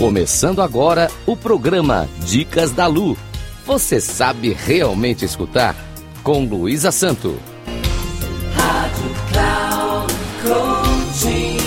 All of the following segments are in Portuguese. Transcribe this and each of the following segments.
Começando agora o programa Dicas da Lu. Você sabe realmente escutar? Com Luísa Santo. Rádio Cloud Coaching.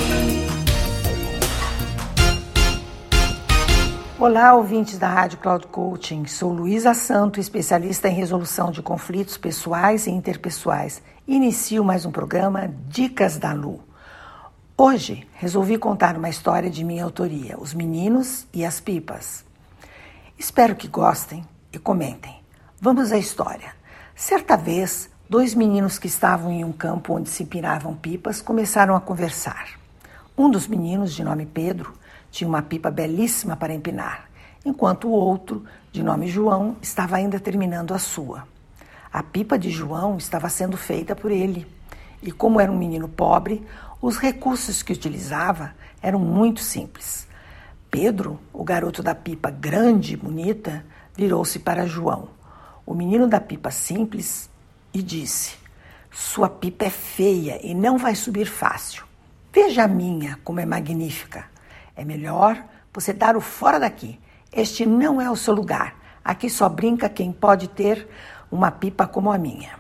Olá, ouvintes da Rádio Cloud Coaching. Sou Luísa Santo, especialista em resolução de conflitos pessoais e interpessoais. Inicio mais um programa Dicas da Lu. Hoje, resolvi contar uma história de minha autoria, Os Meninos e as Pipas. Espero que gostem e comentem. Vamos à história. Certa vez, 2 meninos que estavam em um campo onde se empinavam pipas começaram a conversar. Um dos meninos, de nome Pedro, tinha uma pipa belíssima para empinar, enquanto o outro, de nome João, estava ainda terminando a sua. A pipa de João estava sendo feita por ele, e como era um menino pobre, os recursos que utilizava eram muito simples. Pedro, o garoto da pipa grande e bonita, virou-se para João, o menino da pipa simples, e disse: "Sua pipa é feia e não vai subir fácil. Veja a minha, como é magnífica. É melhor você dar o fora daqui. Este não é o seu lugar. Aqui só brinca quem pode ter uma pipa como a minha."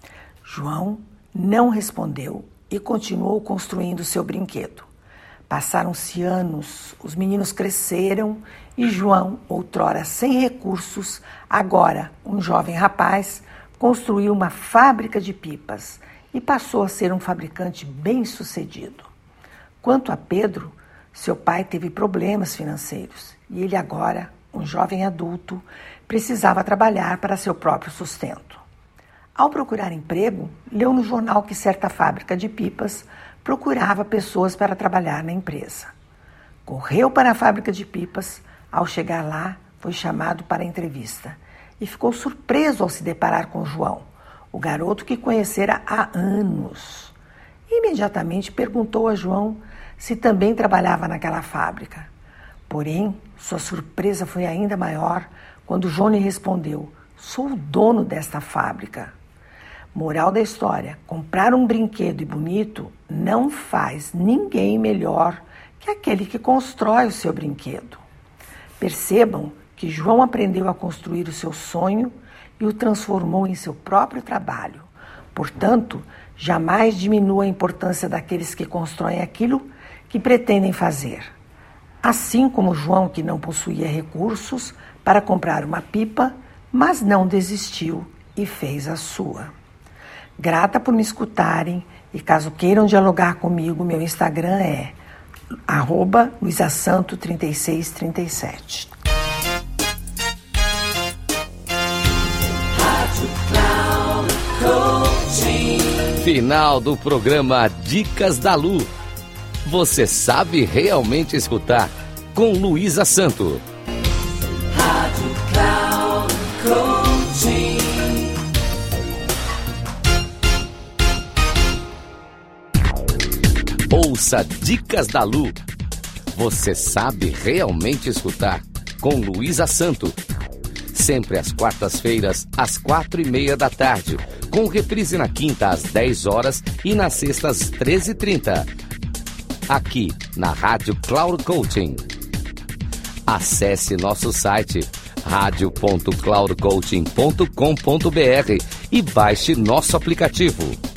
João não respondeu e continuou construindo seu brinquedo. Passaram-se anos, os meninos cresceram e João, outrora sem recursos, agora um jovem rapaz, construiu uma fábrica de pipas e passou a ser um fabricante bem-sucedido. Quanto a Pedro, seu pai teve problemas financeiros e ele agora, um jovem adulto, precisava trabalhar para seu próprio sustento. Ao procurar emprego, leu no jornal que certa fábrica de pipas procurava pessoas para trabalhar na empresa. Correu para a fábrica de pipas. Ao chegar lá, foi chamado para a entrevista e ficou surpreso ao se deparar com João, o garoto que conhecera há anos. Imediatamente perguntou a João se também trabalhava naquela fábrica. Porém, sua surpresa foi ainda maior quando João lhe respondeu: "Sou o dono desta fábrica." Moral da história: comprar um brinquedo bonito não faz ninguém melhor que aquele que constrói o seu brinquedo. Percebam que João aprendeu a construir o seu sonho e o transformou em seu próprio trabalho. Portanto, jamais diminua a importância daqueles que constroem aquilo que pretendem fazer. Assim como João, que não possuía recursos para comprar uma pipa, mas não desistiu e fez a sua. Grata por me escutarem e caso queiram dialogar comigo, meu Instagram é @luisasanto3637. Final do programa Dicas da Lu. Você sabe realmente escutar? Com Luísa Santo. Rádio Cloud Coaching. Ouça Dicas da Lu. Você sabe realmente escutar? Com Luísa Santo. Sempre às quartas-feiras, às 4:30 da tarde. Com reprise na quinta, às 10 horas e na sexta, às 13h30. Aqui, na Rádio Cloud Coaching. Acesse nosso site radio.cloudcoaching.com.br e baixe nosso aplicativo.